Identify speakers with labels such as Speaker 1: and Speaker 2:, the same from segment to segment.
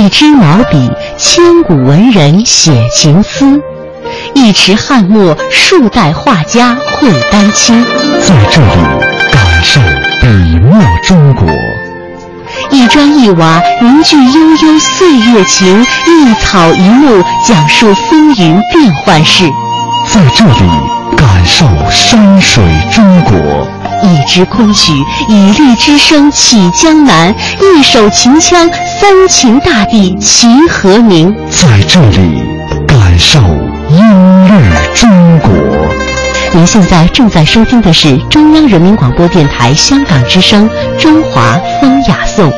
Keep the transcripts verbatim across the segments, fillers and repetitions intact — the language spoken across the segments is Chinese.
Speaker 1: 一支毛笔，千古文人写情思；一池汉墨，数代画家绘丹青。
Speaker 2: 在这里感受笔墨中国。
Speaker 1: 一砖一瓦凝聚悠悠岁月情，一草一木讲述风云变幻事。
Speaker 2: 在这里感受山水中国。
Speaker 1: 一支昆曲，以律之声起江南；一首秦腔，三秦大地齐和鸣。
Speaker 2: 在这里感受音律中国。
Speaker 1: 您现在正在收听的是中央人民广播电台香港之声《中华风雅颂》。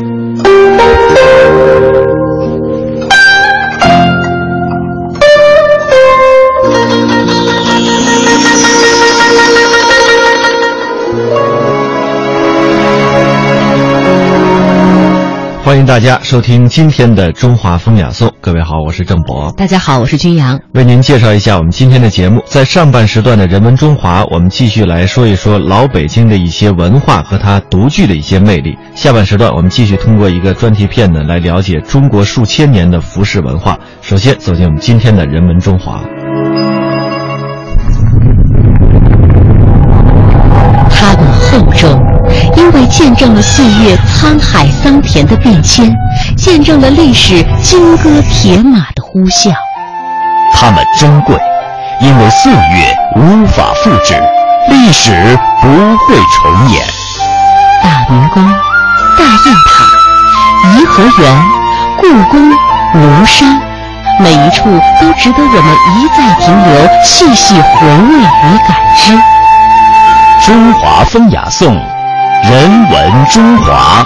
Speaker 3: 欢迎大家收听今天的中华风雅颂。各位好，我是郑博。
Speaker 1: 大家好，我是君阳。
Speaker 3: 为您介绍一下我们今天的节目。在上半时段的人文中华，我们继续来说一说老北京的一些文化和它独具的一些魅力。下半时段我们继续通过一个专题片呢，来了解中国数千年的服饰文化。首先走进我们今天的人文中华。
Speaker 1: 它们厚重，因为见证了岁月沧海桑田的变迁，见证了历史金戈铁马的呼啸。
Speaker 2: 它们珍贵，因为岁月无法复制，历史不会重演。
Speaker 1: 大明宫、大雁塔、颐和园、故宫、庐山，每一处都值得我们一再停留，细细回味与感知。
Speaker 2: 中华风雅颂，人文中华。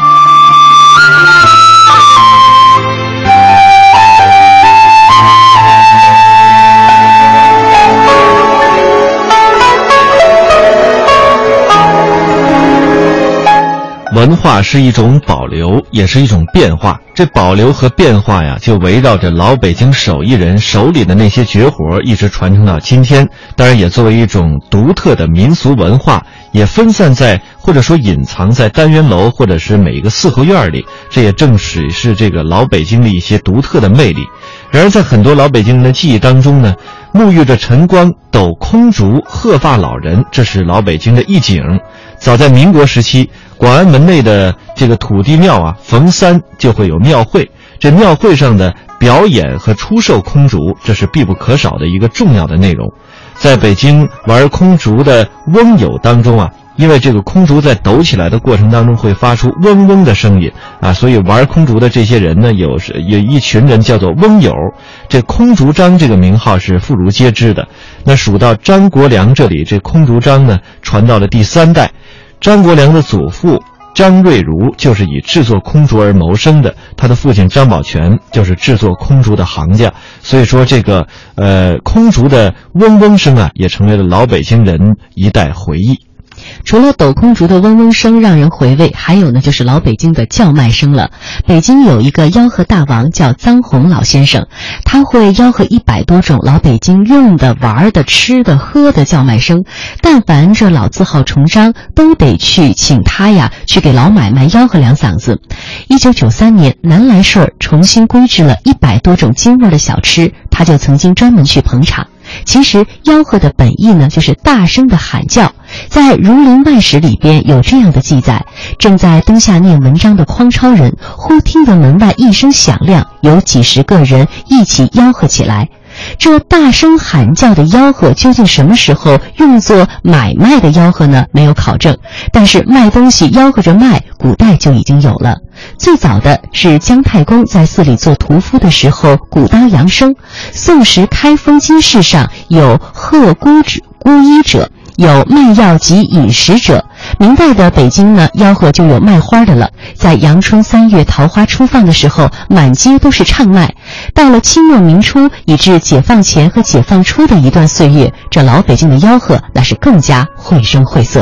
Speaker 3: 文化是一种保留，也是一种变化。这保留和变化呀，就围绕着老北京手艺人手里的那些绝活一直传承到今天。当然也作为一种独特的民俗文化，也分散在或者说隐藏在单元楼或者是每一个四合院里。这也正是是这个老北京的一些独特的魅力。然而在很多老北京人的记忆当中呢，沐浴着晨光，斗空竹，鹤发老人，这是老北京的一景。早在民国时期，广安门内的这个土地庙啊，逢三就会有庙会。这庙会上的表演和出售空竹，这是必不可少的一个重要的内容。在北京玩空竹的翁友当中啊，因为这个空竹在抖起来的过程当中会发出嗡嗡的声音啊，所以玩空竹的这些人呢，有是有一群人叫做翁友。这空竹章这个名号是妇孺皆知的。那数到张国良这里，这空竹章呢传到了第三代。张国良的祖父张瑞如就是以制作空竹而谋生的，他的父亲张宝全就是制作空竹的行家。所以说这个呃空竹的嗡嗡声啊，也成为了老北京人一代回忆。
Speaker 1: 除了抖空竹的嗡嗡声让人回味，还有呢就是老北京的叫卖声了。北京有一个吆喝大王叫臧洪老先生，他会吆喝一百多种老北京用的、玩的、吃的、喝的叫卖声。但凡这老字号重张，都得去请他呀去给老买卖吆喝两嗓子。一九九三年，南来顺重新规制了一百多种京味的小吃，他就曾经专门去捧场。其实吆喝的本意呢，就是大声的喊叫。在《儒林外史》里边有这样的记载：正在灯下念文章的匡超人，忽听得门外一声响亮，有几十个人一起吆喝起来。这大声喊叫的吆喝究竟什么时候用作买卖的吆喝呢？没有考证，但是卖东西吆喝着卖，古代就已经有了。最早的是姜太公在寺里做屠夫的时候鼓当扬声。宋时开封金饰上有贺孤之孤衣者，有卖药及饮食者。明代的北京呢，吆喝就有卖花的了。在阳春三月桃花初放的时候，满街都是唱卖。到了清末民初，以至解放前和解放初的一段岁月，这老北京的吆喝那是更加绘声绘色了。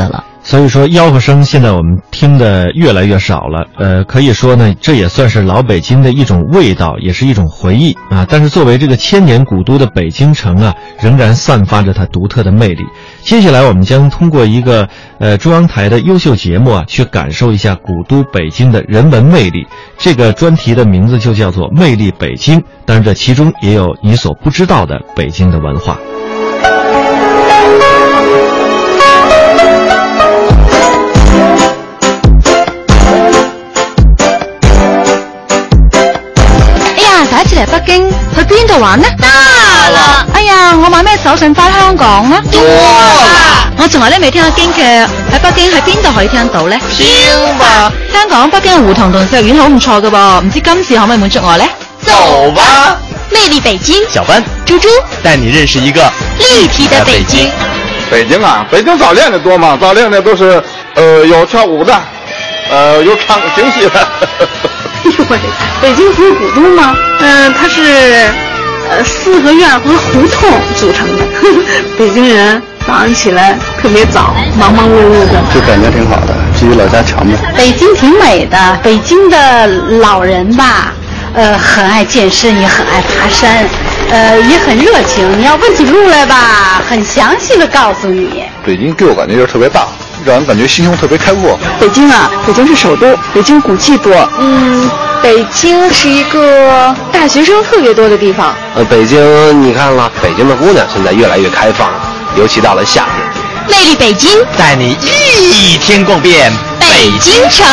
Speaker 3: 所以说吆喝声现在我们听的越来越少了，呃，可以说呢，这也算是老北京的一种味道，也是一种回忆啊。但是作为这个千年古都的北京城啊，仍然散发着它独特的魅力。接下来我们将通过一个呃中央台的优秀节目啊，去感受一下古都北京的人文魅力。这个专题的名字就叫做《魅力北京》，当然这其中也有你所不知道的北京的文化。
Speaker 4: 第一次嚟北京，去邊度玩呢？得啦！哎呀，我買咩手信翻香港啊？多啦！我從來都未聽過京劇，喺北京喺邊度可以聽到呢？
Speaker 5: 聽吧！
Speaker 4: 香港北京嘅胡同同四合院好唔錯㗎噃，唔知今次可唔可以滿足我呢？
Speaker 5: 走吧！
Speaker 4: 魅力北京，
Speaker 5: 小班、
Speaker 4: 豬豬
Speaker 5: 帶你認識一個
Speaker 4: 立體的北京。
Speaker 6: 北京啊，北京早戀的多嗎？早戀的都是，呃，有跳舞的，呃，有唱京戲的。
Speaker 7: 北京不是古都吗？嗯、呃，它是呃四合院和胡同组成的。北京人早上起来特别早，忙忙碌碌的，
Speaker 8: 就感觉挺好的，比老家强嘛。
Speaker 7: 北京挺美的，北京的老人吧，呃，很爱健身，也很爱爬山，呃，也很热情。你要问起路来吧，很详细的告诉你。
Speaker 8: 北京给我感觉就是特别大。让人感觉心胸特别开阔。
Speaker 7: 北京啊，北京是首都，北京古迹多。嗯，北京是一个大学生特别多的地方。
Speaker 9: 呃，北京你看了，北京的姑娘现在越来越开放了，尤其到了夏
Speaker 4: 魅
Speaker 9: 天。
Speaker 4: 力北京，
Speaker 5: 带你一天逛遍
Speaker 4: 北京城。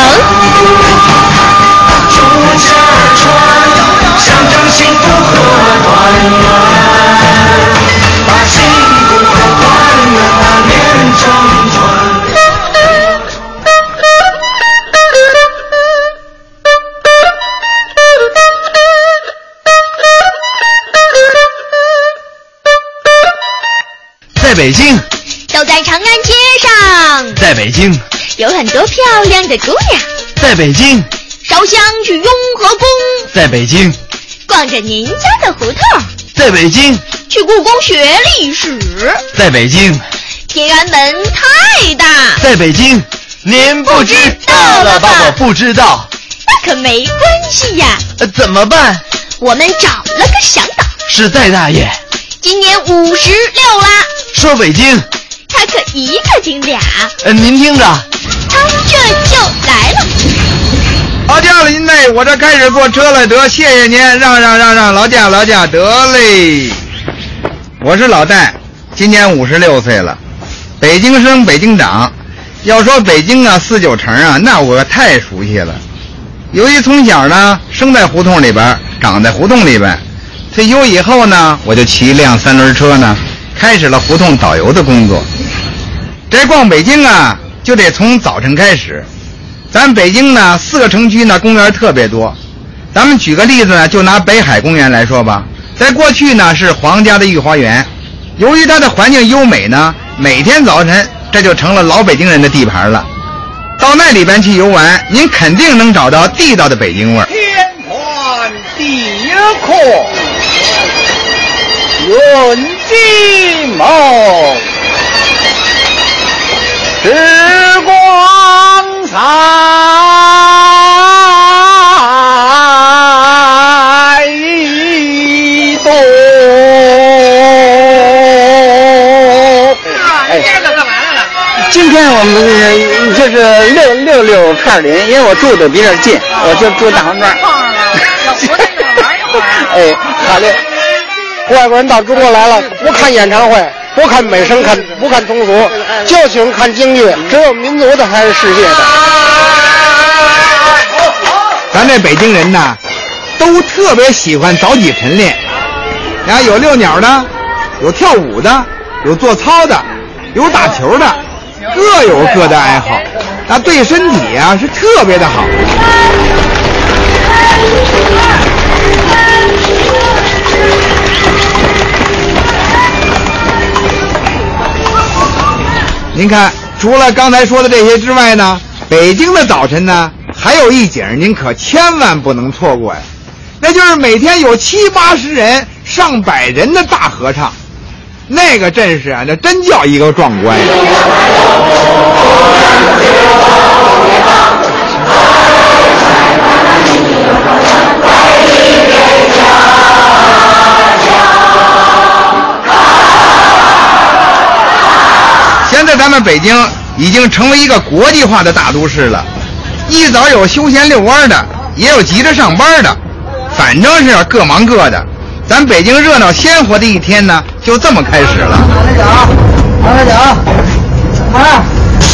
Speaker 10: 出车船，象征幸福和团圆，把幸福和团圆它连成串。
Speaker 5: 在北京，
Speaker 4: 走在长安街上，
Speaker 5: 在北京
Speaker 4: 有很多漂亮的姑娘，
Speaker 5: 在北京
Speaker 4: 烧香去雍和宫，
Speaker 5: 在北京
Speaker 4: 逛着您家的胡同，
Speaker 5: 在北京
Speaker 4: 去故宫学历史，
Speaker 5: 在北京
Speaker 4: 天安门太大，
Speaker 5: 在北京您不知道了吧？我不知道，
Speaker 4: 那可没关系呀。
Speaker 5: 呃，怎么办？
Speaker 4: 我们找了个向导，
Speaker 5: 是戴大爷，
Speaker 4: 今年五十六啦。
Speaker 5: 说北京，
Speaker 4: 他可一个顶俩。
Speaker 5: 呃，您听着，
Speaker 4: 他这就来了。
Speaker 11: 劳驾了您嘞，我这开始坐车了，得谢谢您，让让让让，劳驾劳驾，得嘞。我是老戴，今年五十六岁了，北京生北京长。要说北京啊，四九城啊，那我太熟悉了。由于从小呢生在胡同里边，长在胡同里边，退休以后呢，我就骑一辆三轮车呢。开始了胡同导游的工作。这逛北京啊，就得从早晨开始。咱北京呢，四个城区呢，公园特别多。咱们举个例子呢，就拿北海公园来说吧，在过去呢是皇家的御花园，由于它的环境优美呢，每天早晨这就成了老北京人的地盘了。到那里边去游玩，您肯定能找到地道的北京味儿。
Speaker 10: 天团第一课。云锦梦，时光彩动。
Speaker 7: 哎，这个干嘛来了？今天我们就是溜溜溜片林，因为我住的比较近，我就住大黄庄。要不那个玩一会儿。哎，好嘞。
Speaker 12: 外国人到中国来了，不看演唱会，不看美声，看不看通俗，就喜欢看京剧。只有民族的才是世界的。
Speaker 11: 咱这北京人呐，都特别喜欢早起晨练，然后有遛鸟的，有跳舞的，有做操的，有打球的，各有各的爱好，那对身体啊是特别的好。您看，除了刚才说的这些之外呢，北京的早晨呢，还有一景您可千万不能错过呀，那就是每天有七八十人、上百人的大合唱。 那个阵势啊，那真叫一个壮观呀！现在咱们北京已经成为一个国际化的大都市了，一早有休闲遛弯的，也有急着上班的，反正是各忙各的。咱北京热闹鲜活的一天呢，就这么开始了。拿着脚，拿着脚，来。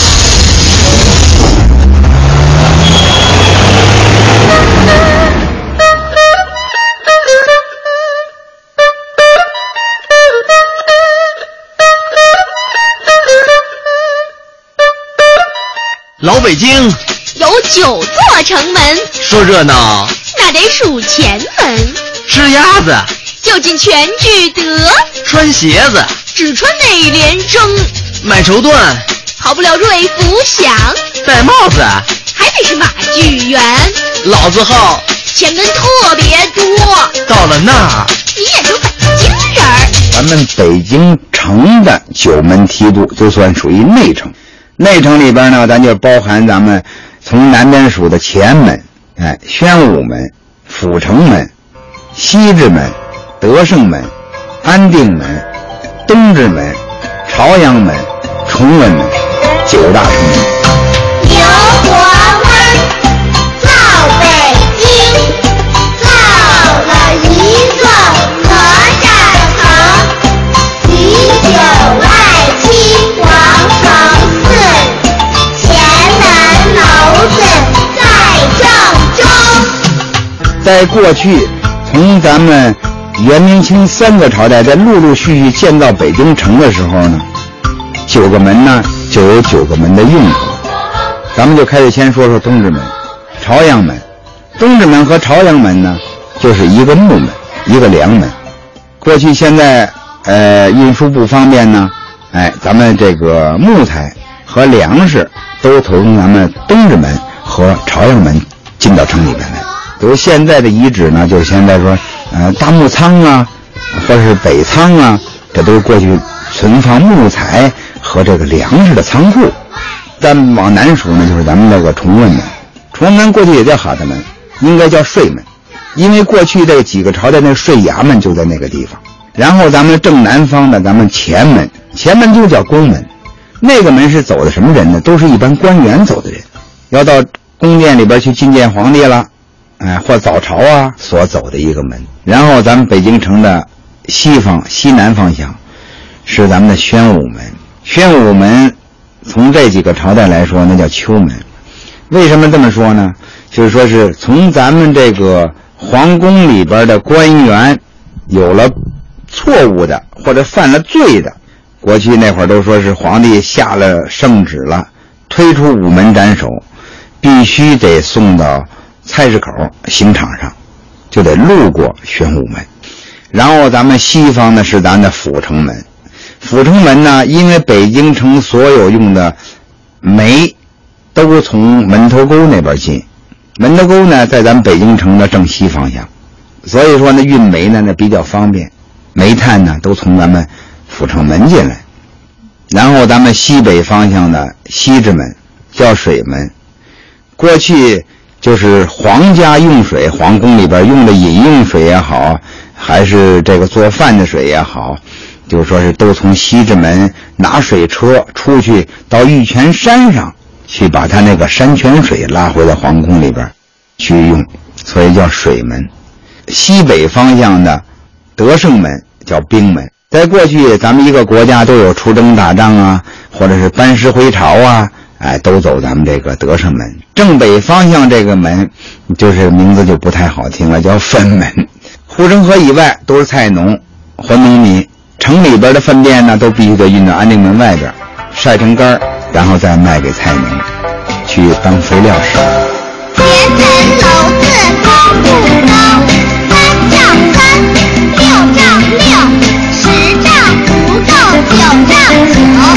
Speaker 2: 老北京
Speaker 13: 有九座城门，
Speaker 2: 说热闹
Speaker 13: 那得数前门。
Speaker 2: 吃鸭子
Speaker 13: 就近全聚德，
Speaker 2: 穿鞋子
Speaker 13: 只穿内联征，
Speaker 2: 买绸缎
Speaker 13: 好不了瑞福祥，
Speaker 2: 戴帽子
Speaker 13: 还得是马聚源。
Speaker 2: 老字号
Speaker 13: 前门特别多，
Speaker 2: 到了那儿
Speaker 13: 你也就北京人儿。
Speaker 14: 咱们北京城的九门提督就算属于内城，内城里边呢，咱就包含咱们从南边数的前门，哎，宣武门、阜成门、西直门、德胜门、安定门、东直门、朝阳门、崇文门，九大城门。
Speaker 10: 牛活湾造北京，造了一座哪吒城，许久外亲王承嗣，前门楼子在正中。
Speaker 14: 在过去，从咱们元明清三个朝代在陆陆续续建造北京城的时候呢，九个门呢就有九个门的用途。咱们就开始先说说东直门、朝阳门。东直门和朝阳门呢，就是一个木门，一个梁门。过去现在呃运输不方便呢，哎，咱们这个木材和粮食都从咱们东直门和朝阳门进到城里边来。比如现在的遗址呢，就是现在说呃大木仓啊，或者是北仓啊，这都是过去存放木材和这个粮食的仓库。再往南数呢，就是咱们那个崇文门。崇文门过去也叫哈德门，应该叫税门，因为过去这几个朝代那税衙门就在那个地方。然后咱们正南方的咱们前门，前门就叫宫门，那个门是走的什么人呢？都是一般官员走的人，要到宫殿里边去觐见皇帝了，哎，或早朝啊所走的一个门。然后咱们北京城的西方西南方向是咱们的宣武门。宣武门从这几个朝代来说那叫秋门。为什么这么说呢？就是说是从咱们这个皇宫里边的官员有了错误的或者犯了罪的，过去那会儿都说是皇帝下了圣旨了，推出午门斩首，必须得送到菜市口刑场上，就得路过宣武门。然后咱们西方呢是咱的阜成门。阜成门呢，因为北京城所有用的煤都从门头沟那边进，门头沟呢在咱们北京城的正西方向，所以说呢运煤呢那比较方便，煤炭呢都从咱们阜成门进来。然后咱们西北方向的西直门叫水门，过去就是皇家用水，皇宫里边用的饮用水也好，还是这个做饭的水也好，就是说是都从西直门拿水车出去到玉泉山上去，把它那个山泉水拉回到皇宫里边去用，所以叫水门。西北方向的德胜门叫兵门。在过去咱们一个国家都有出征打仗啊，或者是班师回朝啊，哎，都走咱们这个德胜门。正北方向这个门就是名字就不太好听了，叫粪门。护城河以外都是菜农或农民，城里边的粪便呢都必须得运到安定门外边晒成干，然后再卖给菜农去当肥料使。
Speaker 10: 前门楼子高不高？三丈三，六丈六，十丈不够，九丈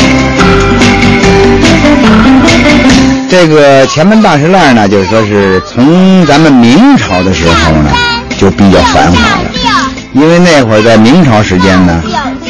Speaker 10: 九。
Speaker 14: 这个前门大石栏呢，就是说是从咱们明朝的时候呢就比较繁华了，因为那会儿在明朝时间呢，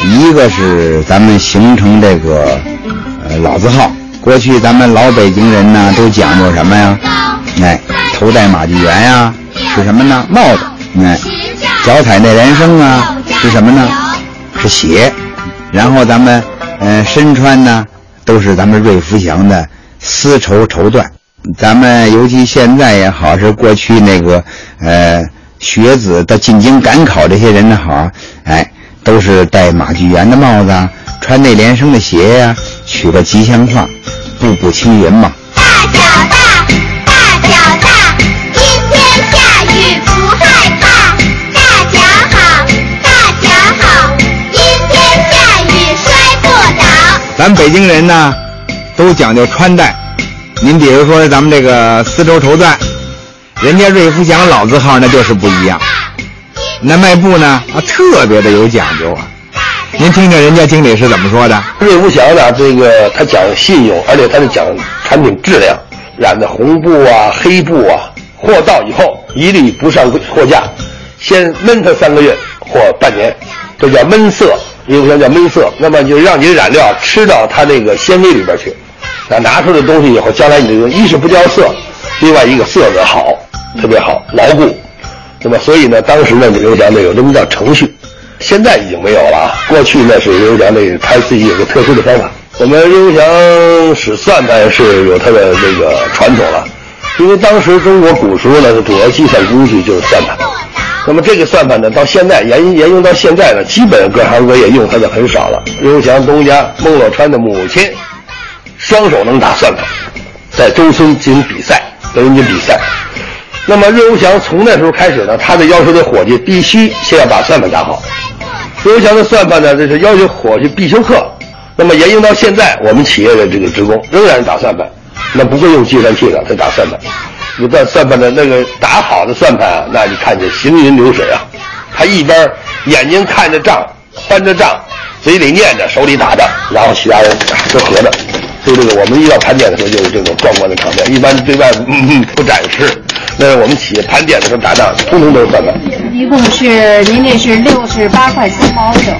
Speaker 14: 一个是咱们形成这个呃老字号。过去咱们老北京人呢都讲究什么呀？哎，头戴马具圆呀，是什么呢？帽子。哎，脚踩内联升啊，是什么呢？是鞋。然后咱们呃身穿呢都是咱们瑞福祥的丝绸绸缎。咱们尤其现在也好，是过去那个呃学子到进京赶考这些人呢好，哎，都是戴马具圆的帽子啊，穿内联升的鞋呀、啊，取个吉祥话，步步青云嘛。
Speaker 10: 大脚大，大脚大，今天下雨不害怕。大脚好，大脚好，今天下雨摔不倒。
Speaker 14: 咱北京人呢都讲究穿戴。您比如说咱们这个丝绸绸缎，人家瑞福祥老字号那就是不一样，那卖布呢啊特别的有讲究啊。您听听人家经理是怎么说的？
Speaker 9: 瑞福祥呢，这个他讲信用，而且他是讲产品质量，染的红布啊、黑布啊，货到以后一律不上货架，先焖它三个月或半年，这叫焖色，瑞福祥叫焖色，那么就让你的染料吃到它那个纤维里边去。那拿出的东西以后，将来你这个一是不掉色，另外一个色泽好，特别好，牢固。那么所以呢，当时呢，瑞福祥呢有这么叫程序，现在已经没有了啊。过去呢是瑞福祥那他自己有个特殊的方法。我们瑞福祥使算盘是有它的这个传统了，因为当时中国古时候呢，主要计算工具就是算盘。那么这个算盘呢，到现在沿沿用到现在呢，基本各行各业用它的很少了。瑞福祥东家孟洛川的母亲。双手能打算盘，在周村进行比赛，跟人家比赛。那么瑞福祥从那时候开始呢，他的要求的伙计必须先要把算盘打好。瑞福祥的算盘呢，这是要求伙计必修课。那么沿用到现在，我们企业的这个职工仍然是打算盘，那不会用计算器了，他打算盘。你在算盘的那个打好的算盘啊，那你看见行云流水啊，他一边眼睛看着账，翻着账，嘴里念着，手里打着，然后其他人都合着。所以这个我们医药盘点的时候就是这种壮观的场面，一般对外嗯嗯不展示。那是我们企业盘点的时候打仗，通通都是算盘。
Speaker 15: 一共是您这是六十八块三毛六。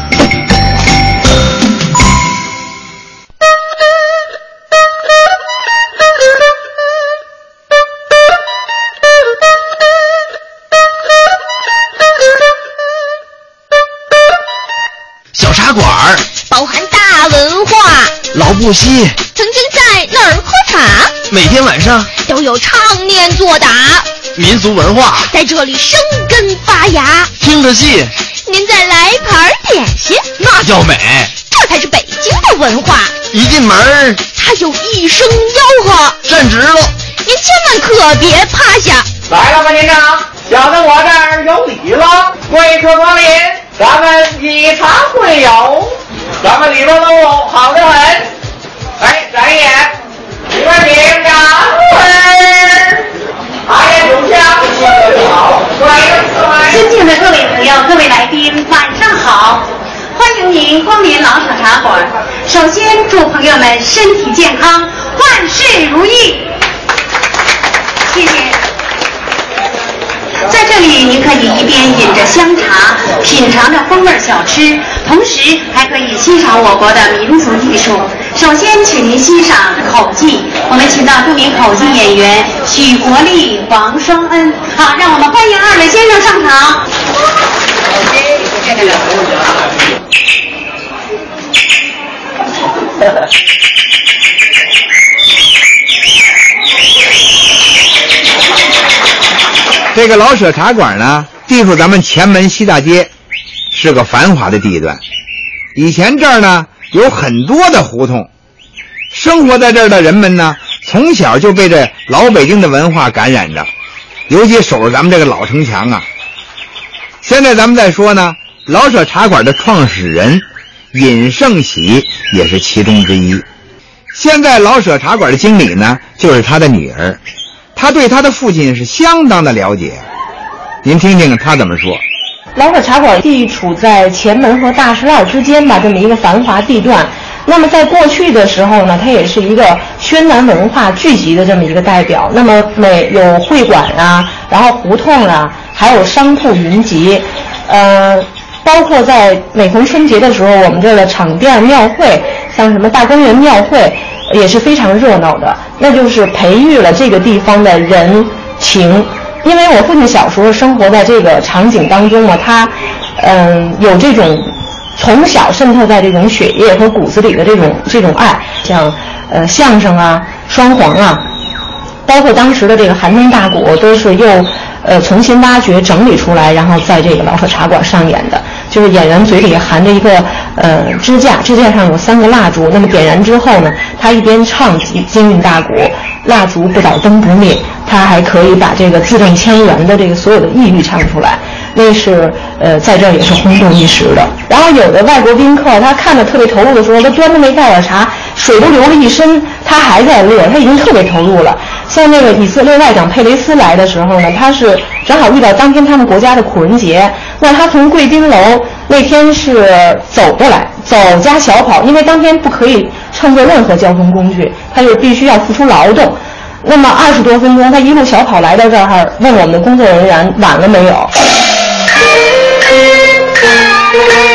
Speaker 2: 小茶馆儿
Speaker 13: 包含大文化。
Speaker 2: 老布希
Speaker 13: 曾经在那儿喝茶，
Speaker 2: 每天晚上
Speaker 13: 都有唱念做打，
Speaker 2: 民俗文化
Speaker 13: 在这里生根发芽。
Speaker 2: 听着戏，
Speaker 13: 您再来盘点心，
Speaker 2: 那叫美。
Speaker 13: 这才是北京的文化。
Speaker 2: 一进门儿，
Speaker 13: 它有一声吆喝，
Speaker 2: 站直了，
Speaker 13: 您千万可别趴下。
Speaker 16: 来了，马先生，小的我这儿有礼了，贵客光临，咱们以茶会友。咱们里边都好得很，哎，展演，里边请掌柜，茶叶酒香，好，
Speaker 17: 尊敬的各位朋友、各位来宾，晚上好！欢迎您光临老舍茶馆。首先祝朋友们身体健康，万事如意。谢谢。在这里，您可以一边饮着香茶，品尝着风味小吃，同时还可以欣赏我国的民族艺术。首先，请您欣赏口技，我们请到著名口技演员许国立、王双恩。好，让我们欢迎二位先生上场。
Speaker 14: 这个老舍茶馆呢，地处咱们前门西大街，是个繁华的地段。以前这儿呢有很多的胡同，生活在这儿的人们呢，从小就被这老北京的文化感染着，尤其守着咱们这个老城墙啊。现在咱们再说呢，老舍茶馆的创始人尹胜喜也是其中之一。现在老舍茶馆的经理呢，就是他的女儿。他对他的父亲是相当的了解，您听听他怎么说。
Speaker 18: 老舍茶馆地处在前门和大石栏之间吧，这么一个繁华地段。那么在过去的时候呢，它也是一个宣南文化聚集的这么一个代表。那么每有会馆啊，然后胡同啊，还有商铺云集。呃， 包括在每逢春节的时候，我们这儿的场店庙会，像什么大观园庙会也是非常热闹的，那就是培育了这个地方的人情。因为我父亲小时候生活在这个场景当中嘛，他嗯有这种从小渗透在这种血液和骨子里的这种这种爱，像呃相声啊、双簧啊，包括当时的这个寒冬大鼓，都是又呃重新挖掘整理出来，然后在这个老舍茶馆上演的。就是演员嘴里含着一个呃支架，支架上有三个蜡烛，那么点燃之后呢，他一边唱京韵大鼓，蜡烛不倒灯不灭，他还可以把这个字正腔圆的这个所有的意喻唱出来，那是呃在这儿也是轰动一时的。然后有的外国宾客他看着特别投入的时候，他端着那盖碗茶，水都流了一身，他还在乐，他已经特别投入了。像那个以色列外长佩雷斯来的时候呢，他是正好遇到当天他们国家的苦人节，那他从贵宾楼那天是走过来，走加小跑，因为当天不可以乘坐任何交通工具，他就必须要付出劳动。那么二十多分钟，他一路小跑来到这儿，问我们的工作人员晚了没有。